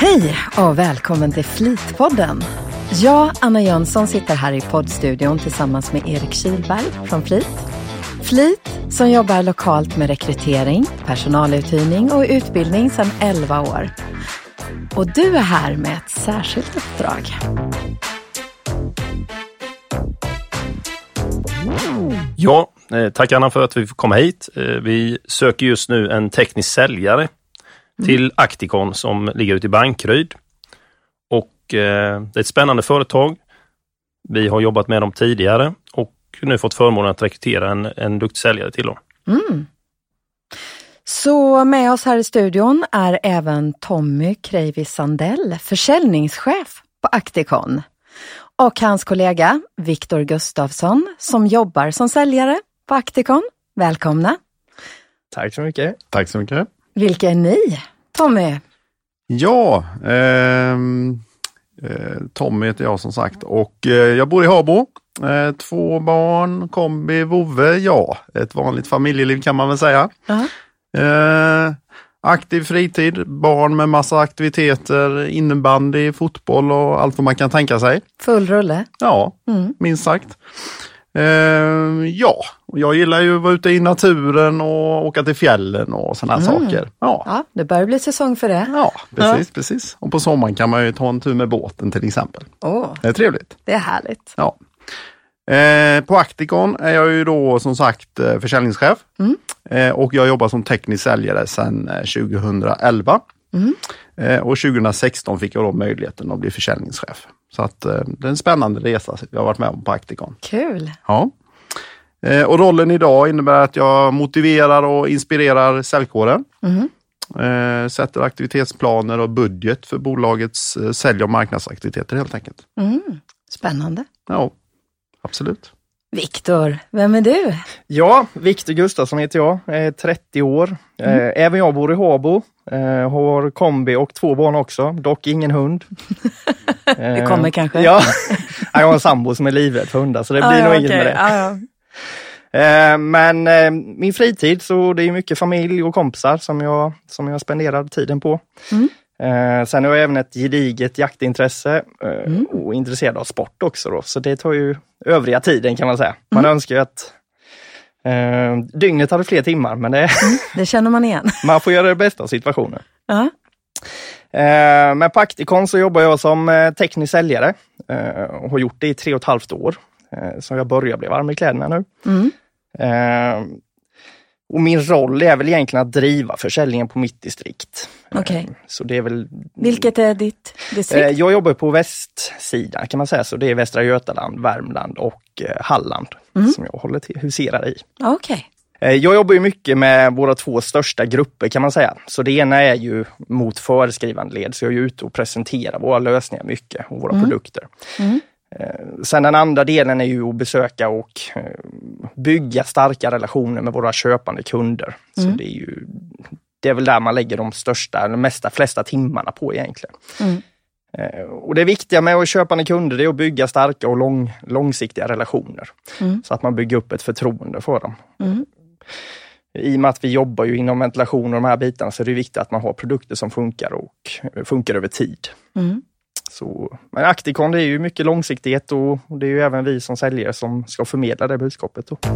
Hej och välkommen till Flit-podden. Jag, Anna Jönsson, sitter här i poddstudion tillsammans med Erik Kihlberg från Flit. Flit som jobbar lokalt med rekrytering, personaluthyrning och utbildning sedan 11 år. Och du är här med ett särskilt uppdrag. Ja, tack Anna för att vi får komma hit. Vi söker just nu en teknisk säljare till Acticon som ligger ute i Bankryd. Och det är ett spännande företag. Vi har jobbat med dem tidigare och nu fått förmånen att rekrytera en duktig säljare till dem. Mm. Så med oss här i studion är även Tommy Kreivis Sandell, försäljningschef på Acticon. Och hans kollega Viktor Gustafsson som jobbar som säljare på Acticon. Välkomna. Tack så mycket. Tack så mycket. Vilka är ni, Tommy? Ja, Tommy heter jag som sagt och jag bor i Habo. 2 barn, kombi, vovve, ja. Ett vanligt familjeliv kan man väl säga. Aktiv fritid, barn med massa aktiviteter, innebandy, fotboll och allt vad man kan tänka sig. Full rulle. Ja, minst sagt. Ja, och jag gillar ju att vara ute i naturen och åka till fjällen och sådana saker. Ja, det börjar bli säsong för det. Ja, precis. Och på sommaren kan man ju ta en tur med båten till exempel. Det är trevligt. Det är härligt. Ja. På Acticon är jag ju då som sagt försäljningschef. Och jag jobbar som teknisk säljare sedan 2011. Och 2016 fick jag då möjligheten att bli försäljningschef. Så att det är en spännande resa jag har varit med om på Acticon. Kul! Ja. Och rollen idag innebär att jag motiverar och inspirerar säljkåren. Sätter aktivitetsplaner och budget för bolagets sälj- och marknadsaktiviteter helt enkelt. Spännande. Ja, absolut. Viktor, vem är du? Ja, Viktor Gustafsson heter jag. Jag är 30 år. Även jag bor i Habo. Har kombi och 2 barn också. Dock ingen hund. Det kommer kanske. Ja, jag har en sambo som är livrädd för hundar. Så det blir nog inget med det. Men min fritid så det är mycket familj och kompisar som jag spenderar tiden på. Sen har jag även ett gediget jaktintresse och intresserad av sport också då. Så det tar ju övriga tiden kan man säga. Man önskar ju att dygnet hade fler timmar men det känner man igen. Man får göra det bästa av situationen. Men på Acticon så jobbar jag som teknisk säljare och har gjort det i 3,5 år. Så jag börjar bli varm i kläderna nu. Och min roll är väl egentligen att driva försäljningen på mitt distrikt. Så det är väl... Vilket är ditt distrikt? Jag jobbar på västsidan kan man säga. Så det är Västra Götaland, Värmland och Halland som jag huserar i. Jag jobbar ju mycket med våra 2 största grupper kan man säga. Så det ena är ju mot föreskrivande led. Så jag är ute och presenterar våra lösningar mycket och våra produkter. Sen den andra delen är ju att besöka och bygga starka relationer med våra köpande kunder. Så det är väl där man lägger de största, flesta timmarna på egentligen. Och det viktiga med att köpande kunder är att bygga starka och långsiktiga relationer. Så att man bygger upp ett förtroende för dem. I och med att vi jobbar ju inom ventilation och de här bitarna så är det viktigt att man har produkter som funkar och funkar över tid. Men Acticon det är ju mycket långsiktighet och det är ju även vi som säljare som ska förmedla det budskapet då.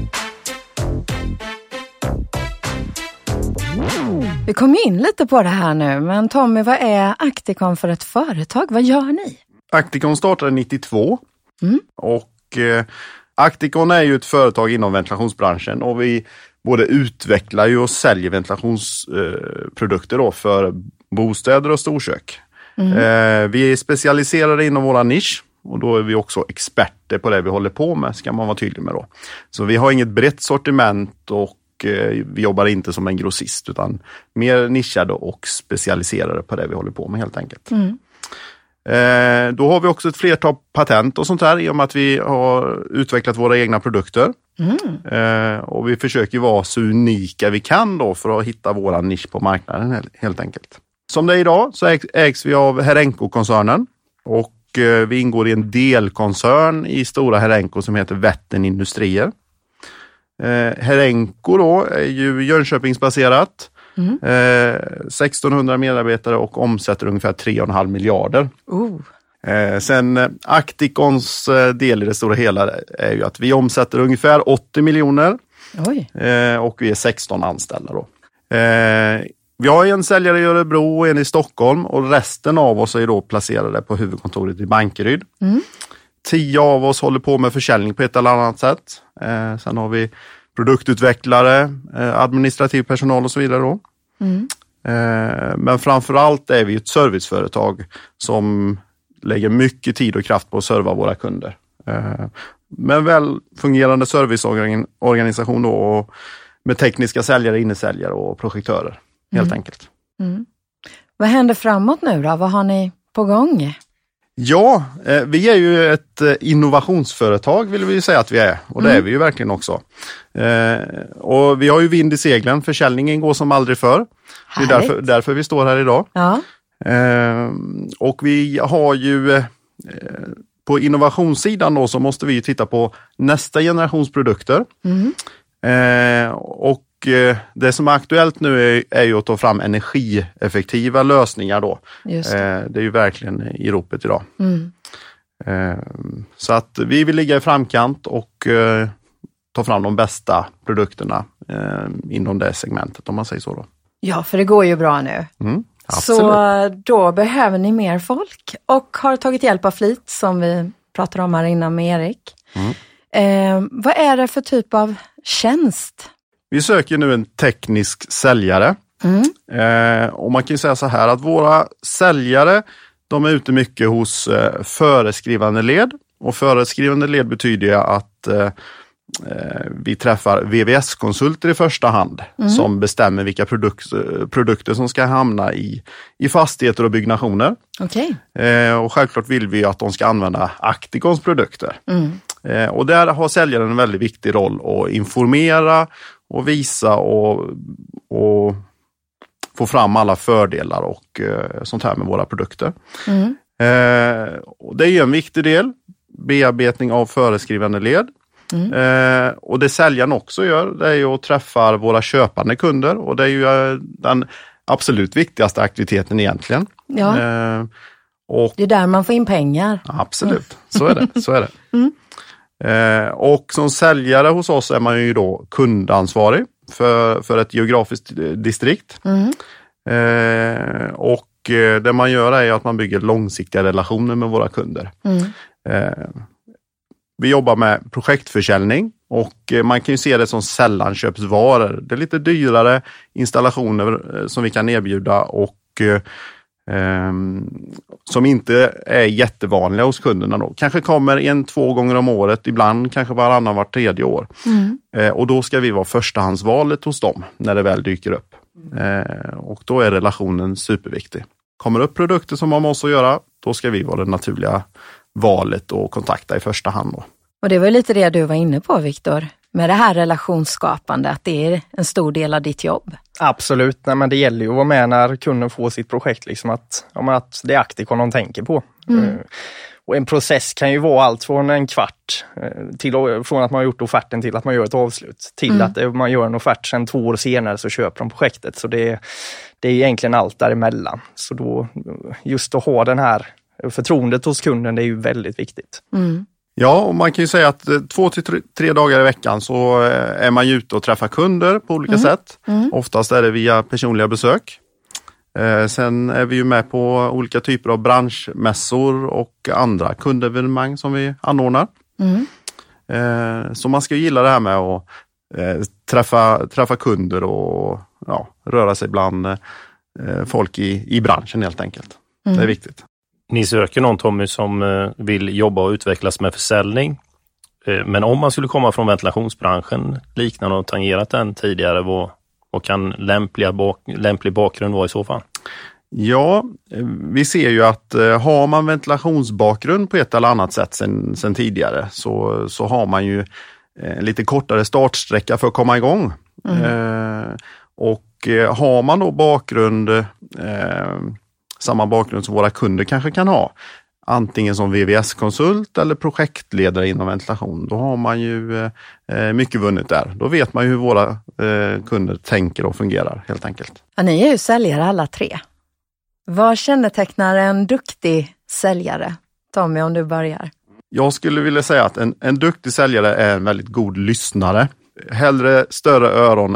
Vi kom in lite på det här nu, men Tommy, vad är Acticon för ett företag? Vad gör ni? Acticon startade 92 och Acticon är ju ett företag inom ventilationsbranschen och vi både utvecklar ju och säljer ventilationsprodukter då för bostäder och storkök. Vi är specialiserade inom våra nisch och då är vi också experter på det vi håller på med, ska man vara tydlig med då. Så vi har inget brett sortiment och vi jobbar inte som en grossist utan mer nischade och specialiserade på det vi håller på med helt enkelt. Då har vi också ett flertal patent och sånt här i och med att vi har utvecklat våra egna produkter. Och vi försöker vara så unika vi kan då för att hitta våra nisch på marknaden helt enkelt. Som det är idag så ägs vi av Herenco-koncernen och vi ingår i en delkoncern i stora Herenco som heter Vättern Industrier. Herenco då är ju Jönköpingsbaserat 1600 medarbetare och omsätter ungefär 3,5 miljarder. Sen Acticons del i det stora hela är ju att vi omsätter ungefär 80 miljoner. Och vi är 16 anställda då. Vi har en säljare i Örebro och en i Stockholm och resten av oss är då placerade på huvudkontoret i Bankeryd. 10 av oss håller på med försäljning på ett eller annat sätt. Sen har vi produktutvecklare, administrativ personal och så vidare då. Men framförallt är vi ett serviceföretag som lägger mycket tid och kraft på att serva våra kunder. Med en väl fungerande serviceorganisation då och med tekniska säljare, innesäljare och projektörer helt enkelt. Vad händer framåt nu då? Vad har ni på gång? Ja, vi är ju ett innovationsföretag vill vi säga att vi är. Och det är vi ju verkligen också. Och vi har ju vind i seglen. Försäljningen går som aldrig förr. Det är därför vi står här idag. Ja. Och vi har ju på innovationssidan då så måste vi ju titta på nästa generations produkter. Och det som är aktuellt nu är ju att ta fram energieffektiva lösningar då. Det är ju verkligen i ropet idag. Så att vi vill ligga i framkant och ta fram de bästa produkterna inom det segmentet om man säger så då. Ja, för det går ju bra nu. Så då behöver ni mer folk och har tagit hjälp av Flit som vi pratade om här innan med Erik. Vad är det för typ av tjänst? Vi söker nu en teknisk säljare. Och man kan ju säga så här att våra säljare de är ute mycket hos föreskrivande led. Och föreskrivande led betyder ju att vi träffar VVS-konsulter i första hand som bestämmer vilka produkter som ska hamna i fastigheter och byggnationer. Och självklart vill vi att de ska använda Acticons produkter. Och där har säljaren en väldigt viktig roll att informera och visa och få fram alla fördelar och sånt här med våra produkter. Och det är en viktig del, bearbetning av föreskrivande led. Och det säljaren också gör, det är ju att träffa våra köpande kunder och det är ju den absolut viktigaste aktiviteten egentligen. Och det är där man får in pengar. Absolut, så är det. Och som säljare hos oss är man ju då kundansvarig för ett geografiskt distrikt. Och det man gör är att man bygger långsiktiga relationer med våra kunder. Vi jobbar med projektförsäljning och man kan ju se det som sällanköpsvaror. Det är lite dyrare installationer som vi kan erbjuda och som inte är jättevanliga hos kunderna då. Kanske kommer 1-2 gånger om året, ibland kanske varannan vart tredje år. Och då ska vi vara förstahandsvalet hos dem när det väl dyker upp. Och då är relationen superviktig. Kommer upp produkter som man måste göra, då ska vi vara det naturliga valet och kontakta i första hand då. Och det var lite det du var inne på, Viktor, med det här relationsskapande, att det är en stor del av ditt jobb. Absolut, nej, men det gäller ju att vara med när kunden får sitt projekt, liksom att det är Acticon de tänker på. Och en process kan ju vara allt från en kvart från att man har gjort offerten till att man gör ett avslut, till att man gör en offert sen 2 år senare så köper de projektet. Så det är egentligen allt däremellan. Så då just att ha den här förtroendet hos kunden, det är ju väldigt viktigt. Ja, och man kan ju säga att 2-3 dagar i veckan så är man ju ute och träffar kunder på olika sätt. Oftast är det via personliga besök. Sen är vi ju med på olika typer av branschmässor och andra kundevenemang som vi anordnar. Så man ska ju gilla det här med att träffa kunder och röra sig bland folk i branschen helt enkelt. Det är viktigt. Ni söker någon, Tommy, som vill jobba och utvecklas med försäljning. Men om man skulle komma från ventilationsbranschen, liknande och tangerat den tidigare, vad kan lämplig bakgrund vara i så fall? Ja, vi ser ju att har man ventilationsbakgrund på ett eller annat sätt sen tidigare så har man ju lite kortare startsträcka för att komma igång. Och har man då samma bakgrund som våra kunder kanske kan ha, antingen som VVS-konsult eller projektledare inom ventilation. Då har man ju mycket vunnit där. Då vet man ju hur våra kunder tänker och fungerar helt enkelt. Ja, ni är ju säljare alla 3. Vad kännetecknar en duktig säljare? Tommy, om du börjar. Jag skulle vilja säga att en duktig säljare är en väldigt god lyssnare. Hellre större öron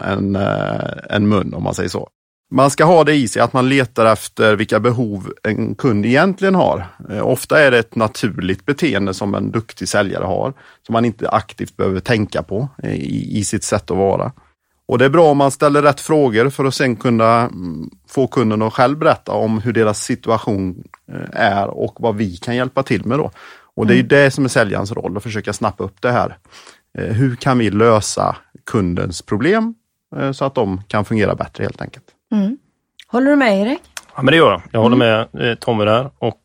än mun, om man säger så. Man ska ha det i sig att man letar efter vilka behov en kund egentligen har. Ofta är det ett naturligt beteende som en duktig säljare har, som man inte aktivt behöver tänka på i sitt sätt att vara. Och det är bra om man ställer rätt frågor för att sen kunna få kunden att själv berätta om hur deras situation är och vad vi kan hjälpa till med då. Och det är ju det som är säljarens roll, att försöka snappa upp det här. Hur kan vi lösa kundens problem så att de kan fungera bättre helt enkelt. Mm. Håller du med, Erik? Ja, men det gör jag. Jag håller med Tommy där. Och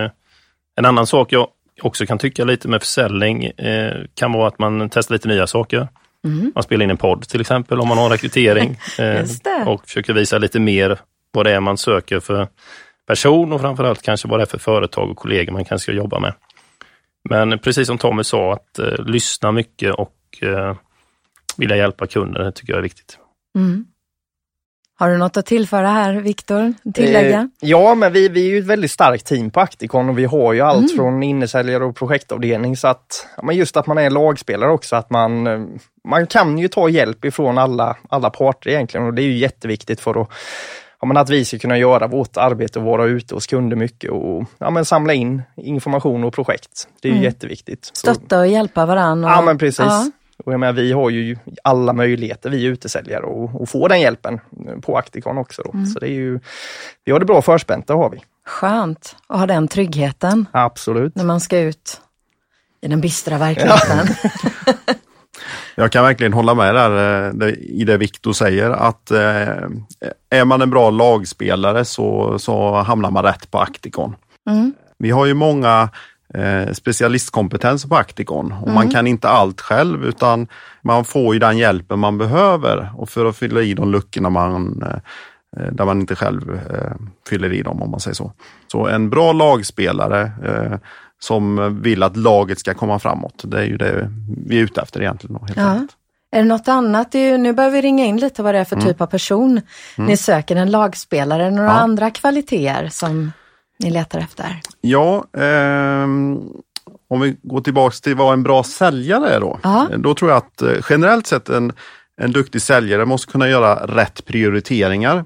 en annan sak jag också kan tycka lite med försäljning kan vara att man testar lite nya saker. Man spelar in en podd till exempel om man har rekrytering och försöker visa lite mer vad det är man söker för person och framförallt kanske vad det är för företag och kollegor man kanske ska jobba med. Men precis som Tommy sa, att lyssna mycket och vilja hjälpa kunden, det tycker jag är viktigt. Mm. Har du något att tillföra här, Viktor? Tillägga? Ja, men vi är ju ett väldigt starkt team på Acticon och vi har ju allt från innesäljare och projektavdelning, så att men just att man är lagspelare också, att man kan ju ta hjälp ifrån alla parter egentligen, och det är ju jätteviktigt för att vi ska kunna göra vårt arbete och vara ute hos kunder mycket och samla in information och projekt. Det är ju jätteviktigt. Stötta och hjälpa varandra. Ja, men precis. Ja. Och jag menar, vi har ju alla möjligheter, vi utesäljare, och få den hjälpen på Acticon också då. Så det är ju, vi har det bra förspänt, det har vi. Skönt att ha den tryggheten. Absolut. När man ska ut i den bistra verkligheten. Ja. Jag kan verkligen hålla med där i det Viktor säger, att är man en bra lagspelare så hamnar man rätt på Acticon. Vi har ju många specialistkompetenser på Acticon och man kan inte allt själv, utan man får ju den hjälpen man behöver och för att fylla i de luckorna där man inte själv fyller i dem, om man säger så. Så en bra lagspelare som vill att laget ska komma framåt, det är ju det vi är ute efter egentligen. Helt enkelt. Är det något annat? Nu behöver vi ringa in lite vad det är för typ av person. Ni söker en lagspelare, några andra kvaliteter som ni letar efter? Ja, om vi går tillbaka till vad en bra säljare är då tror jag att generellt sett en duktig säljare måste kunna göra rätt prioriteringar.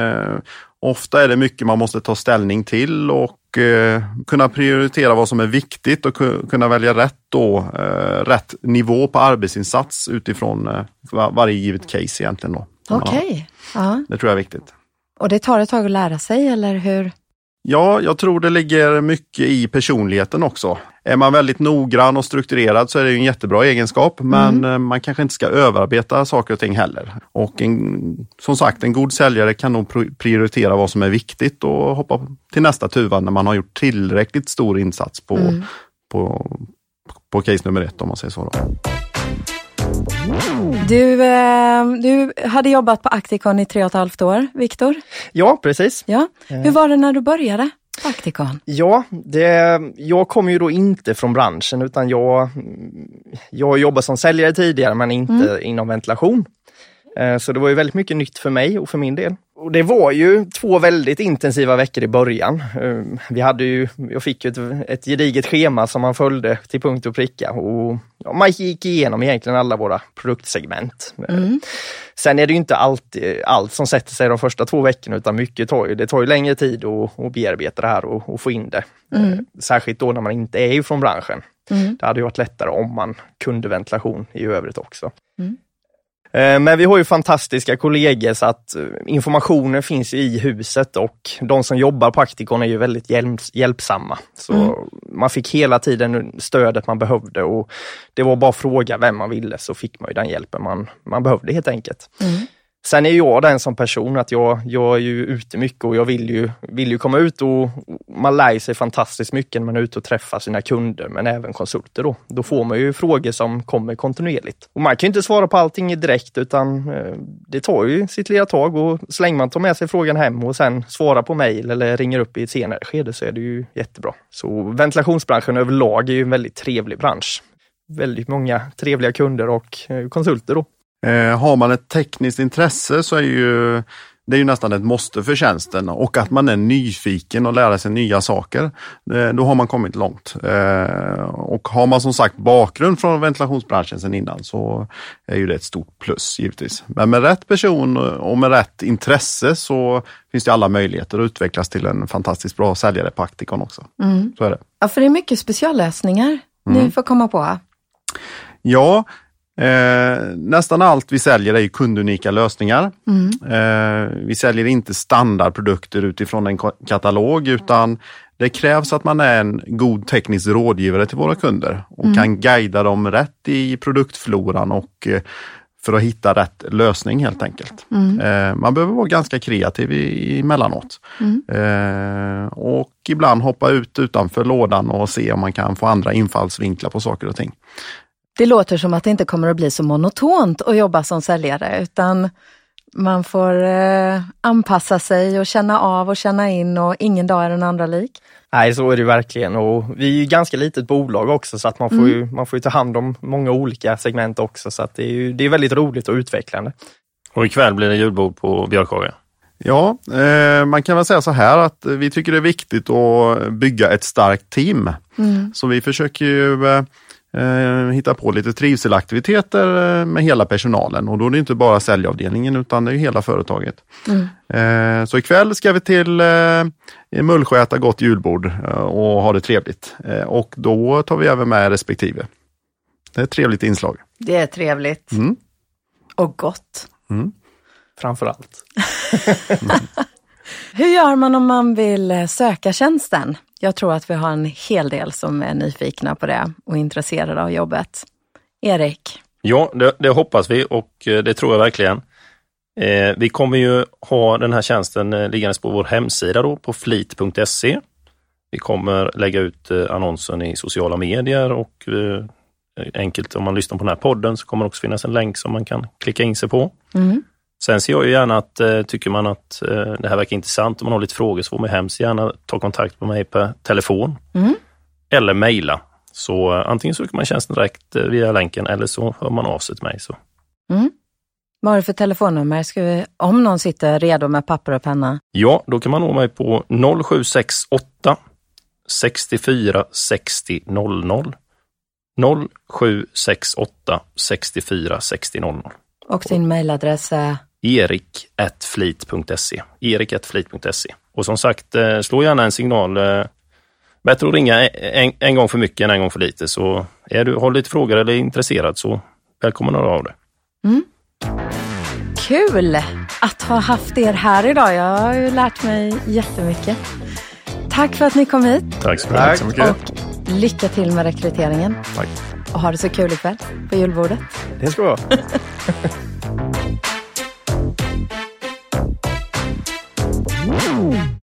Ofta är det mycket man måste ta ställning till och kunna prioritera vad som är viktigt och kunna välja rätt nivå på arbetsinsats utifrån varje givet case egentligen då. Okej. Det tror jag är viktigt. Och det tar ett tag att lära sig, eller hur? Ja, jag tror det ligger mycket i personligheten också. Är man väldigt noggrann och strukturerad så är det ju en jättebra egenskap, men man kanske inte ska överarbeta saker och ting heller. Och som sagt, en god säljare kan nog prioritera vad som är viktigt och hoppa till nästa tuva när man har gjort tillräckligt stor insats på case nummer 1, om man säger så då. Du hade jobbat på Acticon i 3,5 år, Viktor? Ja, precis. Ja. Hur var det när du började på Acticon? Ja, jag kom ju då inte från branschen, utan jag jobbade som säljare tidigare, men inte inom ventilation. Så det var ju väldigt mycket nytt för mig och för min del. Och det var ju 2 väldigt intensiva veckor i början. Jag fick ju ett gediget schema som man följde till punkt och pricka. Och man gick igenom egentligen alla våra produktsegment. Sen är det ju inte alltid allt som sätter sig de första 2 veckorna, utan mycket det tar ju längre tid att bearbeta det här och få in det. Särskilt då när man inte är ju från branschen. Det hade ju varit lättare om man kunde ventilation i övrigt också. Men vi har ju fantastiska kollegor, så att informationen finns i huset, och de som jobbar på Acticon är ju väldigt hjälpsamma. Så man fick hela tiden stödet man behövde, och det var bara att fråga vem man ville, så fick man ju den hjälpen man behövde helt enkelt. Sen är jag den som person att jag är ju ute mycket och jag vill ju komma ut och man lär sig fantastiskt mycket när man är ute och träffar sina kunder men även konsulter då. Då får man ju frågor som kommer kontinuerligt. Och man kan ju inte svara på allting direkt utan det tar ju sitt lilla tag och så länge man tar med sig frågan hem och sen svarar på mejl eller ringer upp i ett senare skede så är det ju jättebra. Så ventilationsbranschen överlag är ju en väldigt trevlig bransch. Väldigt många trevliga kunder och konsulter då. Har man ett tekniskt intresse så är det är ju nästan ett måste för tjänsten och att man är nyfiken och lära sig nya saker, då har man kommit långt. Och har man som sagt bakgrund från ventilationsbranschen sedan innan så är ju det ett stort plus givetvis. Men med rätt person och med rätt intresse så finns det alla möjligheter att utvecklas till en fantastiskt bra säljare på Acticon också. Så är det. Ja, för det är mycket speciallösningar ni får komma på. Ja, nästan allt vi säljer är ju kundunika lösningar. Vi säljer inte standardprodukter utifrån en katalog utan det krävs att man är en god teknisk rådgivare till våra kunder och kan guida dem rätt i produktfloran och för att hitta rätt lösning helt enkelt. Man behöver vara ganska kreativ emellanåt. Och ibland hoppa utanför lådan och se om man kan få andra infallsvinklar på saker och ting. Det låter som att det inte kommer att bli så monotont att jobba som säljare utan man får anpassa sig och känna av och känna in och ingen dag är den andra lik. Nej, så är det verkligen och vi är ju ganska litet bolag också så att man får ju ta hand om många olika segment också så att det är väldigt roligt och utvecklande. Och ikväll blir det julbord på Björkhaga. Ja, man kan väl säga så här att vi tycker det är viktigt att bygga ett starkt team. Så vi försöker ju hitta på lite trivselaktiviteter med hela personalen och då är det inte bara säljavdelningen utan det är hela företaget. Så ikväll ska vi till Mullsjö äta gott julbord och ha det trevligt och då tar vi även med respektive. Det är ett trevligt inslag. Det är trevligt. Och gott. Framförallt. Hur gör man om man vill söka tjänsten? Jag tror att vi har en hel del som är nyfikna på det och intresserade av jobbet. Erik? Ja, det hoppas vi och det tror jag verkligen. Vi kommer ju ha den här tjänsten liggandes på vår hemsida då, på flit.se. Vi kommer lägga ut annonsen i sociala medier och enkelt om man lyssnar på den här podden så kommer det också finnas en länk som man kan klicka in sig på. Sen ser jag ju gärna att tycker man att det här verkar intressant, om man har lite frågor så får man hemskt gärna ta kontakt med mig på telefon eller mejla. Så antingen söker man tjänsten direkt via länken eller så hör man av sig till mig. Så. Vad är det för telefonnummer? Om någon sitter redo med papper och penna? Ja, då kan man nå mig på 0768 64 60 00. 0768 64 60 00. Och din mejladress är? erik@flit.se. erik@flit.se. Och som sagt, slå gärna en signal. Bättre att ringa en gång för mycket än en gång för lite. Så har du lite frågor eller är intresserad så välkommen att höra av det. Kul att ha haft er här idag. Jag har ju lärt mig jättemycket. Tack för att ni kom hit. Tack så mycket. Och lycka till med rekryteringen. Tack. Och ha det så kul ikväll på julbordet. Det ska vara.